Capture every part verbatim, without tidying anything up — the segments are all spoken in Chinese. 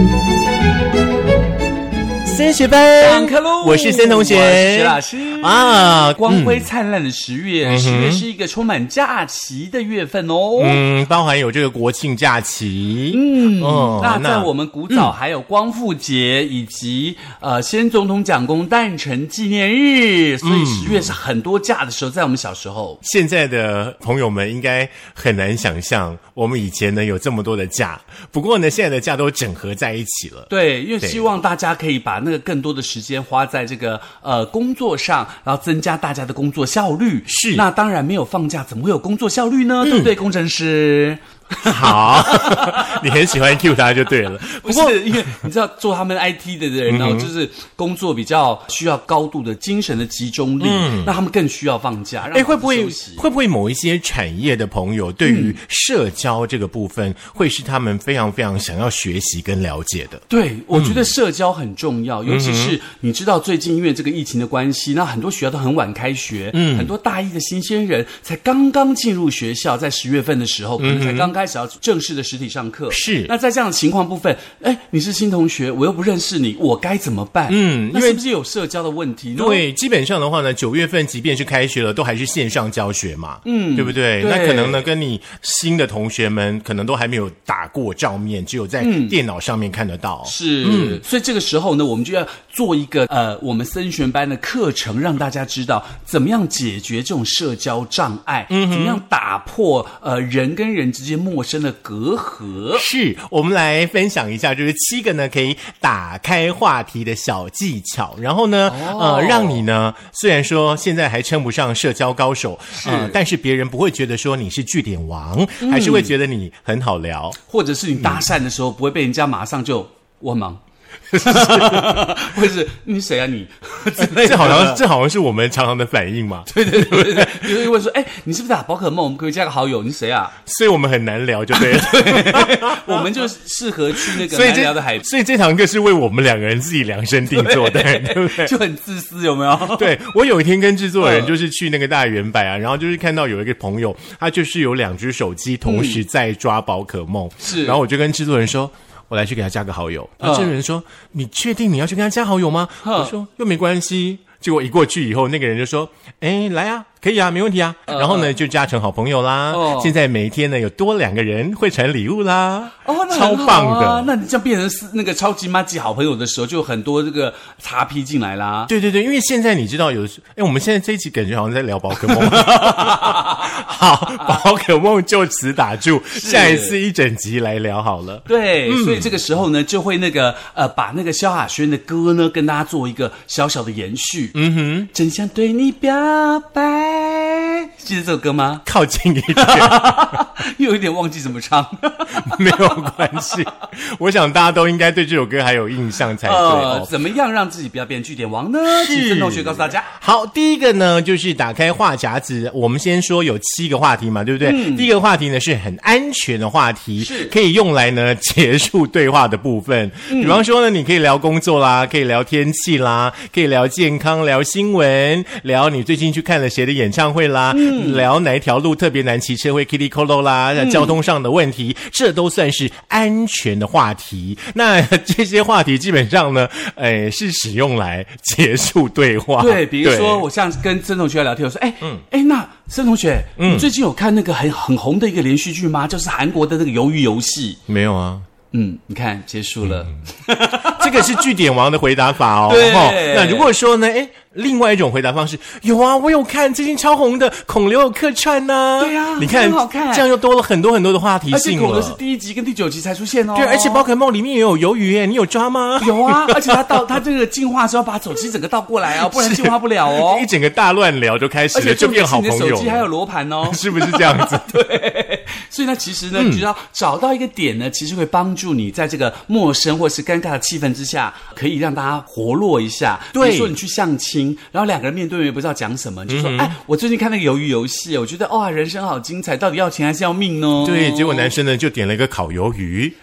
森学班上课喽！ 我是森同学， 我是徐老师啊。 光辉灿烂的十月，嗯、十月是一个充满假期的月份哦。 嗯，包含有这个国庆假期。 嗯， 哦、 那在我们古早还有光复节、嗯、以及呃先总统蒋公诞辰纪念日，所以十月是很多假的时候，在我们小时候。 现在的朋友们应该很难想象，我们以前呢有这么多的假，不过呢现在的假都整合在一起了。 对，因为希望大家可以把那个更多的时间花在这个呃工作上，然后增加大家的工作效率。 是， 那当然没有放假，怎么会有工作效率呢？嗯、对不对，工程师？ 好，你很喜欢 cue 他就对了。 不是，因为你知道做他们 I T 的人呢、嗯，就是工作比较需要高度的精神的集中力，嗯、那他们更需要放假。哎， 会不会会不会某一些产业的朋友对于社交这个部分，嗯、会是他们非常非常想要学习跟了解的？ 对，我觉得社交很重要，嗯、尤其是你知道最近因为这个疫情的关系，那很多学校都很晚开学，嗯，很多大一的新鲜人才刚刚进入学校，在十月份的时候，可能才刚开始要正式的实体上课。 是， 那在这样的情况部分，哎，你是新同学，我又不认识你，我该怎么办？嗯，那是不是有社交的问题呢？ 对，基本上的话呢，九月份即便是开学了，都还是线上教学嘛，嗯，对不对？对，那可能呢，跟你新的同学们可能都还没有打过照面，只有在电脑上面看得到。嗯、 是，嗯，所以这个时候呢，我们就要做一个呃，我们森学班的课程，让大家知道怎么样解决这种社交障碍，嗯，怎么样打破呃人跟人之间陌生的隔阂。 是，我们来分享一下，就是七个呢可以打开话题的小技巧，然后呢，哦、呃，让你呢虽然说现在还称不上社交高手，呃，但是别人不会觉得说你是句点王，嗯、还是会觉得你很好聊， 或者是你搭讪的时候、嗯、不会被人家马上就我忙。或者是你谁啊你？ 这好像这好像是我们常常的反应嘛。 对对对对，有人问说：“哎，你是不是打宝可梦？我们可以加个好友，你谁啊？” 所以我们很难聊，就对了。 对，我们就适合去那个难聊的海。 所以这堂课是为我们两个人自己量身定做的， 对, 对不对？ 就很自私，有没有？ 对，我有一天跟制作人就是去那个大圆柏啊，然后就是看到有一个朋友，他就是有两只手机同时在抓宝可梦，是、嗯，然后我就跟制作人说。我来去给他加个好友，然后这个人说、嗯：“你确定你要去跟他加好友吗？”嗯、我说：“又没关系。”结果一过去以后，那个人就说：“哎，来啊，可以啊，没问题啊。嗯”然后呢，就加成好朋友啦。哦、现在每一天呢，有多两个人会传礼物啦。哦，那超棒的。 那你这样变成是那个超级麻吉好朋友的时候，就有很多这个茶批进来啦。 对对对，因为现在你知道有，哎，我们现在这一集感觉好像在聊宝可梦。好，宝可梦就此打住，下一次一整集来聊好了。 对、嗯，所以这个时候呢，就会那个呃，把那个萧亚轩的歌呢，跟大家做一个小小的延续。嗯哼，真想对你表白，记得这首歌吗？ 靠近一点， 又有一点忘记怎么唱， 没有关系。我想大家都应该对这首歌还有印象才对。呃哦、怎么样让自己不要变句点王呢？请曾同学告诉大家。 好，第一个呢，就是打开话匣子。我们先说有七个话题嘛，对不对？嗯、第一个话题呢是很安全的话题，是可以用来呢结束对话的部分。嗯、比方说呢，你可以聊工作啦，可以聊天气啦，可以聊健康。聊新闻，聊你最近去看了谁的演唱会啦，嗯、聊哪一条路特别难骑车会 Kitty Colo 啦、嗯，交通上的问题，这都算是安全的话题。那这些话题基本上呢，呃，是使用来结束对话。 对，比如说我像跟曾同学聊天，我说，哎，嗯，哎，那曾同学，嗯，你最近有看那个很很红的一个连续剧吗？就是韩国的那个鱿鱼游戏。 没有啊。 嗯，你看结束了、 嗯，这个是句点王的回答法哦。 对、 哦，那如果说呢，诶另外一种回答方式，有啊，我有看，最近超红的孔刘有客串呢、啊。 对啊， 你看， 很好看， 这样又多了很多很多的话题性了。 而且孔刘是第一集跟第九集才出现哦。 对，而且宝可梦里面也有鱿鱼耶，你有抓吗？ 有啊，而且他倒他这个进化之后把手机整个倒过来啊，不然进化不了哦。 一整个大乱聊就开始了，就变好朋友了。 你的手机还有罗盘哦， 是不是这样子？ 对，所以呢，其实呢，你只要找到一个点呢，其实会帮助你在这个陌生或是尴尬的气氛之下，可以让大家活络一下。对，比如说你去相亲，然后两个人面对面不知道讲什么，你就说：“嗯、哎，我最近看那个鱿鱼游戏，我觉得哇，人生好精彩，到底要钱还是要命呢？” 对，结果男生呢就点了一个烤鱿鱼。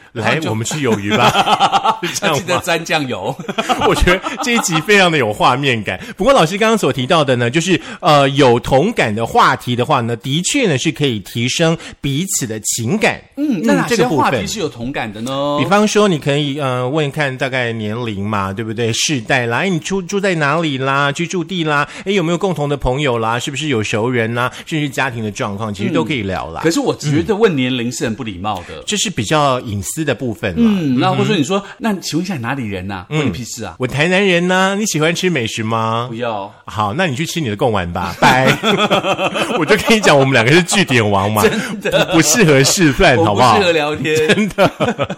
来，我们去有鱼吧。这样记得沾酱油。 我觉得这一集非常的有画面感。不过老师刚刚所提到的呢，就是呃有同感的话题的话呢，的确呢是可以提升彼此的情感。 嗯，那哪些话题是有同感的呢？ 比方说，你可以呃问看大概年龄嘛，对不对？世代啦，哎，你住住在哪里啦？居住地啦，哎，有没有共同的朋友啦？是不是有熟人啦？甚至家庭的状况，其实都可以聊啦。 嗯、可是我觉得问年龄是很不礼貌的， 这是比较隐私的部分啦。 嗯，那或者说你说，那请问一下你哪里人呐、啊？关、嗯、你屁事啊！ 我台南人呐、啊，你喜欢吃美食吗？ 不要。 好，那你去吃你的贡丸吧，拜。我就跟你讲，我们两个是句点王嘛， 真的不, 不适合示范，好不好？ 不适合聊天， 真的。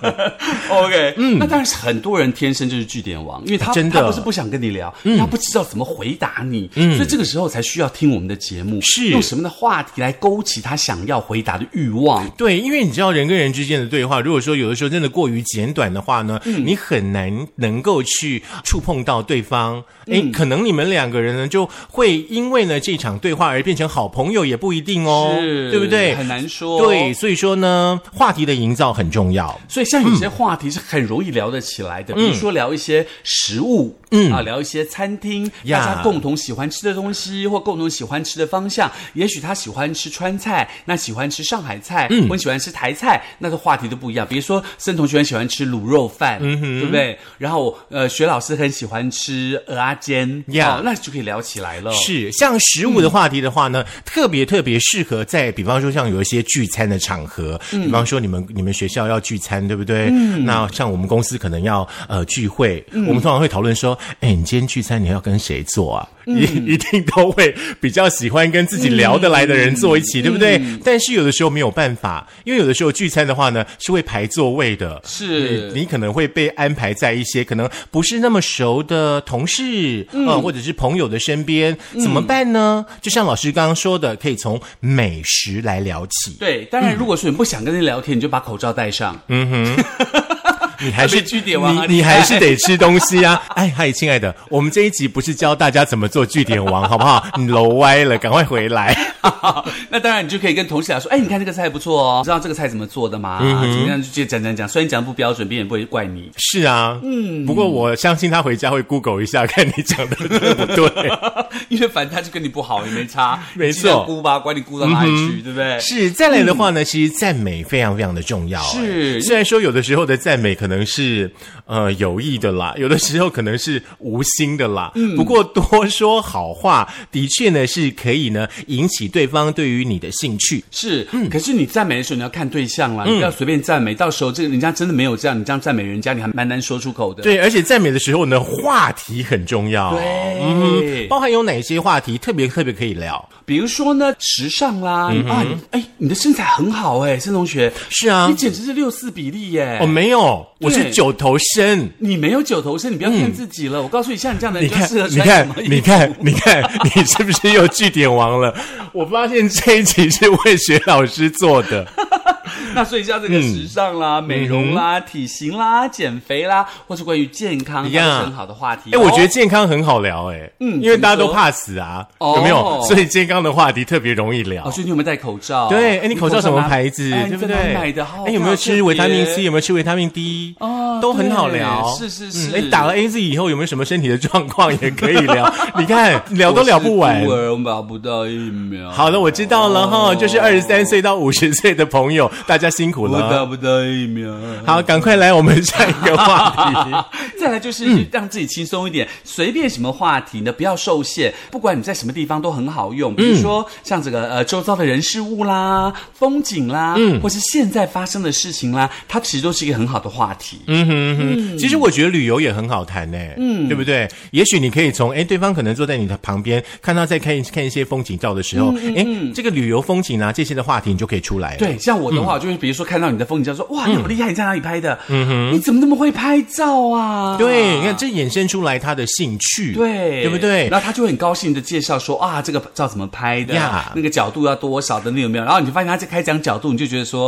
OK， 嗯，那当然是很多人天生就是句点王，因为他真的他不是不想跟你聊，嗯、他不知道怎么回答你，嗯，所以这个时候才需要听我们的节目， 是用什么样的话题来勾起他想要回答的欲望。 对，因为你知道人跟人之间的对话，如果说有的时候真的过于简短的话呢，嗯、你很难能够去触碰到对方。哎、嗯，可能你们两个人呢就会因为呢这场对话而变成好朋友，也不一定哦，对不对？ 很难说。 对，所以说呢，话题的营造很重要。 所以像有些话题是很容易聊得起来的，嗯、比如说聊一些食物，嗯啊，聊一些餐厅，大家共同喜欢吃的东西或共同喜欢吃的方向。也许他喜欢吃川菜，那喜欢吃上海菜，嗯，我喜欢吃台菜，那个话题都不一样。比如说森同学很喜欢吃卤肉饭，嗯哼，对不对？然后呃，学老师很喜欢吃蚵仔煎，呀、哦，那就可以聊起来了。 是，像食物的话题的话呢，嗯、特别特别适合在比方说像有一些聚餐的场合，嗯、比方说你们你们学校要聚餐，对不对？嗯，那像我们公司可能要呃聚会，嗯、我们通常会讨论说，哎，你今天聚餐你要跟谁做啊？嗯、一一定都会比较喜欢跟自己聊得来的人坐一起，嗯、对不对？嗯、但是有的时候没有办法，因为有的时候聚餐的话呢是会排座位的， 是你, 你可能会被安排在一些可能不是那么熟的同事，嗯、呃，或者是朋友的身边，怎么办呢？嗯、就像老师刚刚说的，可以从美食来聊起。 对，当然如果说你不想跟人聊天，嗯、你就把口罩戴上。 嗯哼。你还是句点王、啊， 你你还是得吃东西啊！哎，嗨，亲爱的，我们这一集不是教大家怎么做句点王，好不好？你楼歪了，赶快回来。 那当然，你就可以跟同事讲说，哎，你看这个菜不错哦，知道这个菜怎么做的吗？嗯、怎么样就讲讲讲，虽然讲不标准，别人不会怪你。 是啊，嗯，不过我相信他回家会 Google 一下，看你讲的对不对。 因为反正他就跟你不好，也没差， 没错， 估吧，管你估到哪里去，嗯、对不对？ 是，再来的话呢，嗯、其实赞美非常非常的重要。 是， 虽然说有的时候的赞美可能是呃有意的啦，有的时候可能是无心的啦。嗯，不过多说好话，的确呢是可以呢引起对方对于你的兴趣。 是，嗯，可是你赞美的时候你要看对象啦，嗯、你不要随便赞美，到时候这个人家真的没有这样，你这样赞美人家，你还蛮难说出口的。 对，而且赞美的时候呢，话题很重要。 对， 嗯，包含有哪些话题特别特别可以聊？ 比如说呢，时尚啦，嗯、啊，哎，你的身材很好哎，申同学。 是啊， 你简直是六四比例耶。 哦，没有，我是九头身。 你没有九头身，你不要骗自己了。嗯、我告诉你，像你这样的人就适合穿什么衣服？你看，你看，你看，你是不是又句点王了？我发现这一集是为学老师做的。 那所以像这个时尚啦、嗯、美容啦、嗯、体型啦、减肥啦，或是关于健康，都是很好的话题。 哎、欸，我觉得健康很好聊、欸，哎，嗯，因为大家都怕死啊，哦、有没有？所以健康的话题特别容易聊。 哦，所以你有没有戴口罩？ 对，哎、欸，你口罩什么牌子？ 哎、 对不对？ 买的好。 哎、欸，有没有吃维他命 C？ 有没有吃维他命 D？ 哦，都很好聊。 是是是。 哎、嗯欸，打了 A Z 以后有没有什么身体的状况也可以聊？你看聊都聊不完。 我是打不到疫苗。 好的，我知道了哈、哦，就是二十三岁到五十岁的朋友，大家辛苦了。 打不到疫苗。 好，赶快来我们下一个话题。 再来就是让自己轻松一点，随、嗯、便什么话题呢，不要受限。不管你在什么地方都很好用，比如说、嗯、像这个呃周遭的人事物啦、风景啦，嗯，或是现在发生的事情啦，它其实都是一个很好的话题。 嗯哼哼，嗯、其实我觉得旅游也很好谈呢，嗯，对不对？也许你可以从哎对方可能坐在你的旁边，看到在看看一些风景照的时候，哎、嗯嗯，这个旅游风景啊这些的话题你就可以出来了。 对，像我的话，嗯、就是比如说看到你的风景照，说哇你好厉害，你在哪里拍的？嗯哼，你怎么那么会拍照啊？ 对，你看这衍生出来他的兴趣， 对， 对不对？ 然后他就会很高兴的介绍说啊，这个照怎么拍的？呀，那个角度要多少的，那有没有？然后你就发现他在开讲角度，你就觉得说。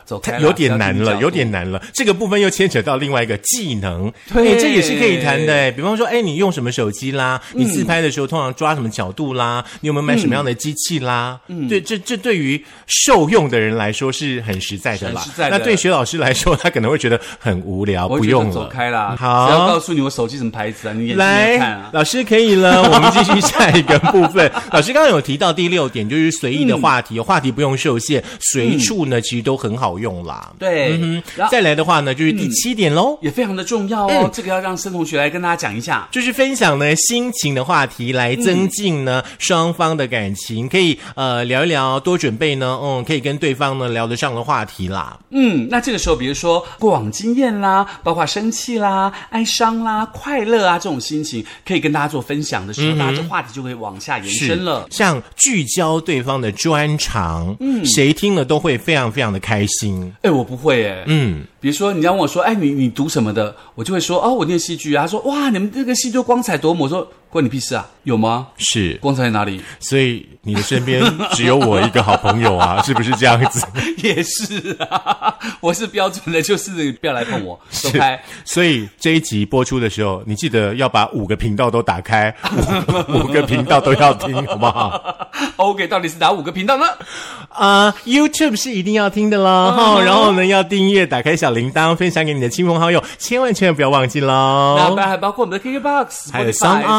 走开了， 有点难了，有点难了。这个部分又牵扯到另外一个技能，对，欸、这也是可以谈的、欸。比方说，哎、欸，你用什么手机啦？你自拍的时候通常抓什么角度啦？你有没有买什么样的机器啦？嗯，对，这这对于受用的人来说是很实在的啦。 实在的。 那对薛老师来说，他可能会觉得很无聊，不用了， 走开啦。 好， 只要告诉你我手机什么牌子啊，你眼睛没看啊。 来，老师可以了，我们继续下一个部分。老师刚刚有提到第六点，就是随意的话题，嗯、话题不用受限，随处呢、嗯、其实都很好用啦。 对， 嗯哼，再来的话呢，就是第七点喽、嗯， 也非常的重要哦。嗯、这个要让申同学来跟大家讲一下， 就是分享呢心情的话题，来增进呢、嗯、双方的感情，可以呃聊一聊，多准备呢，嗯，可以跟对方呢聊得上的话题啦。 嗯，那这个时候，比如说过往经验啦，包括生气啦、哀伤啦、快乐啊这种心情，可以跟大家做分享的时候，嗯、大家这话题就会往下延伸了。 像聚焦对方的专长，嗯，谁听了都会非常非常的开心。 哎，我不会哎，嗯，比如说你要问我说，哎，你你读什么的？我就会说，哦，我念戏剧啊。他说，哇，你们这个戏剧光彩夺目。我说，关你屁事啊？有吗？ 是光彩在哪里？ 所以你的身边只有我一个好朋友啊，是不是这样子？ 也是啊，我是标准的，就是不要来碰我，走开。 所以这一集播出的时候，你记得要把五个频道都打开，五, 五个频道都要听，好不好 ？OK， 到底是哪五个频道呢？ 啊、uh, ，YouTube 是一定要听的啦，哈、uh-huh. 然后呢要订阅，打开小铃铛，分享给你的亲朋好友，千万千万不要忘记喽。 那当然还包括我们的 K K B O X， 还有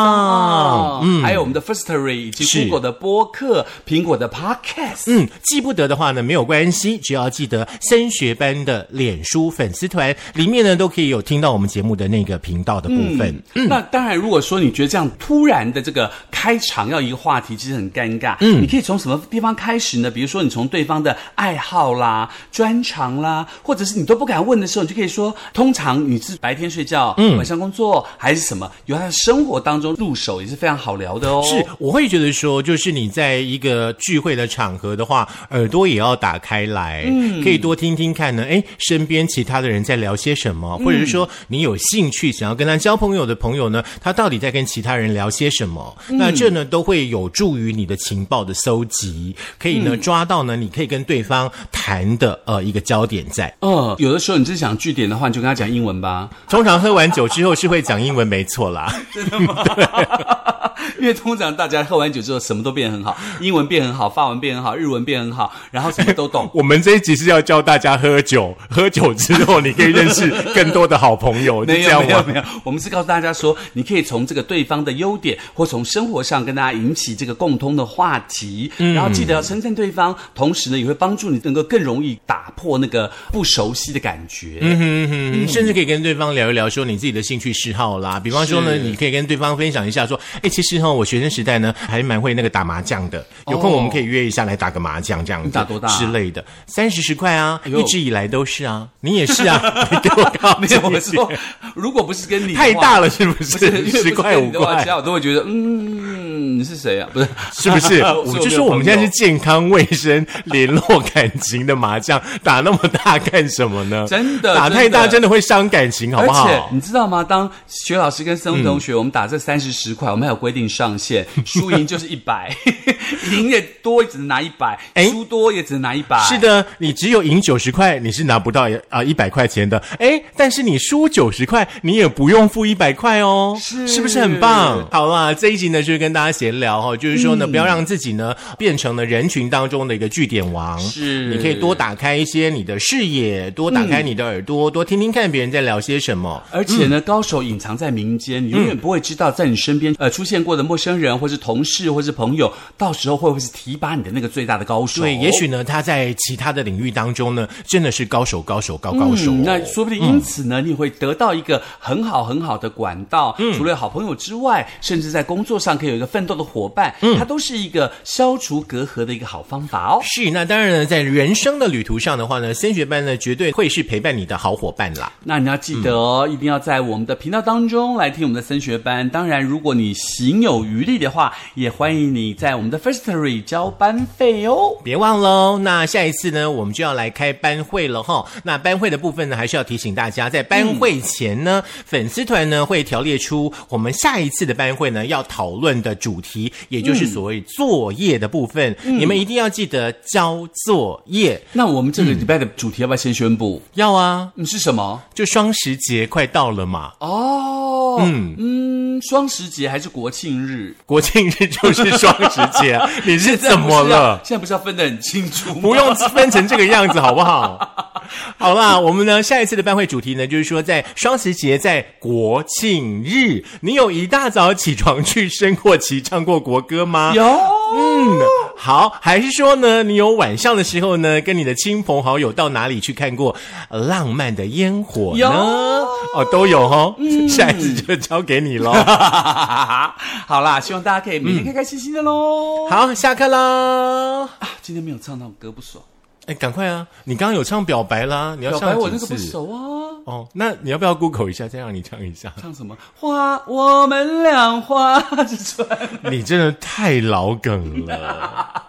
SoundOn， 嗯，还有我们的 Firstory 以及 Google 的播客、苹果的 Podcast。 嗯，记不得的话呢没有关系，只要记得升学班的脸书粉丝团里面呢都可以有听到我们节目的那个频道的部分。 嗯，嗯那当然，如果说你觉得这样突然的这个开场要一个话题，其实很尴尬。嗯，你可以从什么地方开始呢？比如说你从对方的爱好啦、专长啦，或者是你都不敢问的时候，你就可以说，通常你是白天睡觉、嗯、晚上工作还是什么？由他的生活当中入手也是非常好聊的哦。 是，我会觉得说，就是你在一个聚会的场合的话，耳朵也要打开来，嗯，可以多听听看呢。哎，身边其他的人在聊些什么，或者是说你有兴趣想要跟他交朋友的朋友呢，他到底在跟其他人聊些什么？嗯、那这呢都会有助于你的情报的搜集，可以呢、嗯、抓到呢你可以跟对方谈的呃一个焦点在。 嗯，有的时候你是想据点的话，你就跟他讲英文吧。 通常喝完酒之后是会讲英文，没错啦。 真的吗？因为通常大家喝完酒之后什么都变很好，英文变很好，法文变很好，日文变很好，然后什么都懂。 我们这一集是要教大家喝酒，喝酒之后你可以认识更多的好朋友。 没有没有没有，我们是告诉大家说，你可以从这个对方的优点，或从生活上跟大家引起这个共通的话题，嗯、然后记得要称赞对方，同时呢也会帮助你能够更容易打破那个不熟悉的感觉。 嗯哼哼，嗯、甚至可以跟对方聊一聊说你自己的兴趣嗜好啦，比方说呢，你可以跟对方分享一下说，哎，其实哈，我学生时代呢还蛮会那个打麻将的，有空我们可以约一下来打个麻将这样子， 打多大、啊、 之类的，三十十块啊，一直以来都是啊，你也是啊，你给我告没有，我说如果不是跟你太大了，是不是？十块五块， 其他我都会觉得，嗯，你是谁啊？不是， 是不是？我就说我们现在是健康卫生联络感情的麻将，打那么大干什么呢？ 真的， 打太大真的会伤感情，好不好？ 而且你知道吗？当薛老师跟森同学、嗯、我们打这三十十块，我们还有规定上限，输赢就是一百，赢也多也只能拿一百，输多也只能拿一百。 是的，你只有赢九十块，你是拿不到啊一百块钱的。哎，但是你输九十块，你也不用付一百块哦，是是不是很棒？好啦，这一集呢就是跟大家闲聊哈、哦，就是说呢、嗯，不要让自己呢变成了人群当中的一个据点王。 是， 你可以多打开一些你的视野，多打开你的耳朵，嗯、多听听看别人在聊些什么。 而且呢，嗯、高手隐藏在民间，你永远不会知道在你身边呃出现过的陌生人，或是同事，或是朋友，到时候会不会是提拔你的那个最大的高手？ 对，也许呢他在其他的领域当中呢，真的是高手高手高高手、哦嗯。那说不定因此呢，嗯、你会得到一个很好很好的管道。嗯、除了好朋友之外，甚至在工作上可以有一个奋斗的伙伴，嗯、它都是一个消除隔阂的一个好方法哦。 是，那当然呢，在人生的旅途上的话呢，升学班呢绝对会是陪伴你的好伙伴啦。 那你要记得哦，嗯、一定要在我们的频道当中来听我们的升学班。当然，如果你行有余力的话，也欢迎你在我们的 Firstory 交班费哦。 别忘喽，那下一次呢，我们就要来开班会了哈。那班会的部分呢，还是要提醒大家，在班会前呢，嗯、粉丝团呢会条列出我们下一次的班会呢要讨论的主主题，也就是所谓作业的部分，嗯、你们一定要记得交作业。 那我们这个礼拜的主题要不要先宣布？ 嗯、要啊， 嗯，是什么？ 就双十节快到了嘛。 哦，嗯嗯，双十节还是国庆日？ 国庆日就是双十节、啊，你是怎么了？ 现在不是要分得很清楚吗？ 不用分成这个样子，好不好？好啦，我们呢下一次的班会主题呢，就是说在双十节，在国庆日，你有一大早起床去升过旗、唱过国歌吗？ 有， 嗯，好，还是说呢，你有晚上的时候呢，跟你的亲朋好友到哪里去看过浪漫的烟火呢？ 有哦，都有哦，嗯、下一次就交给你咯。 好啦，希望大家可以每天开开心心的咯、 嗯、好，下课啦、 啊、今天没有唱到歌不爽。 哎，赶快啊！你刚刚有唱表白啦，你要唱几次？ 表白我那个不熟啊。 哦，那你要不要 Google 一下，再让你唱一下？ 唱什么？花，我们俩花着船。 你真的太老梗了。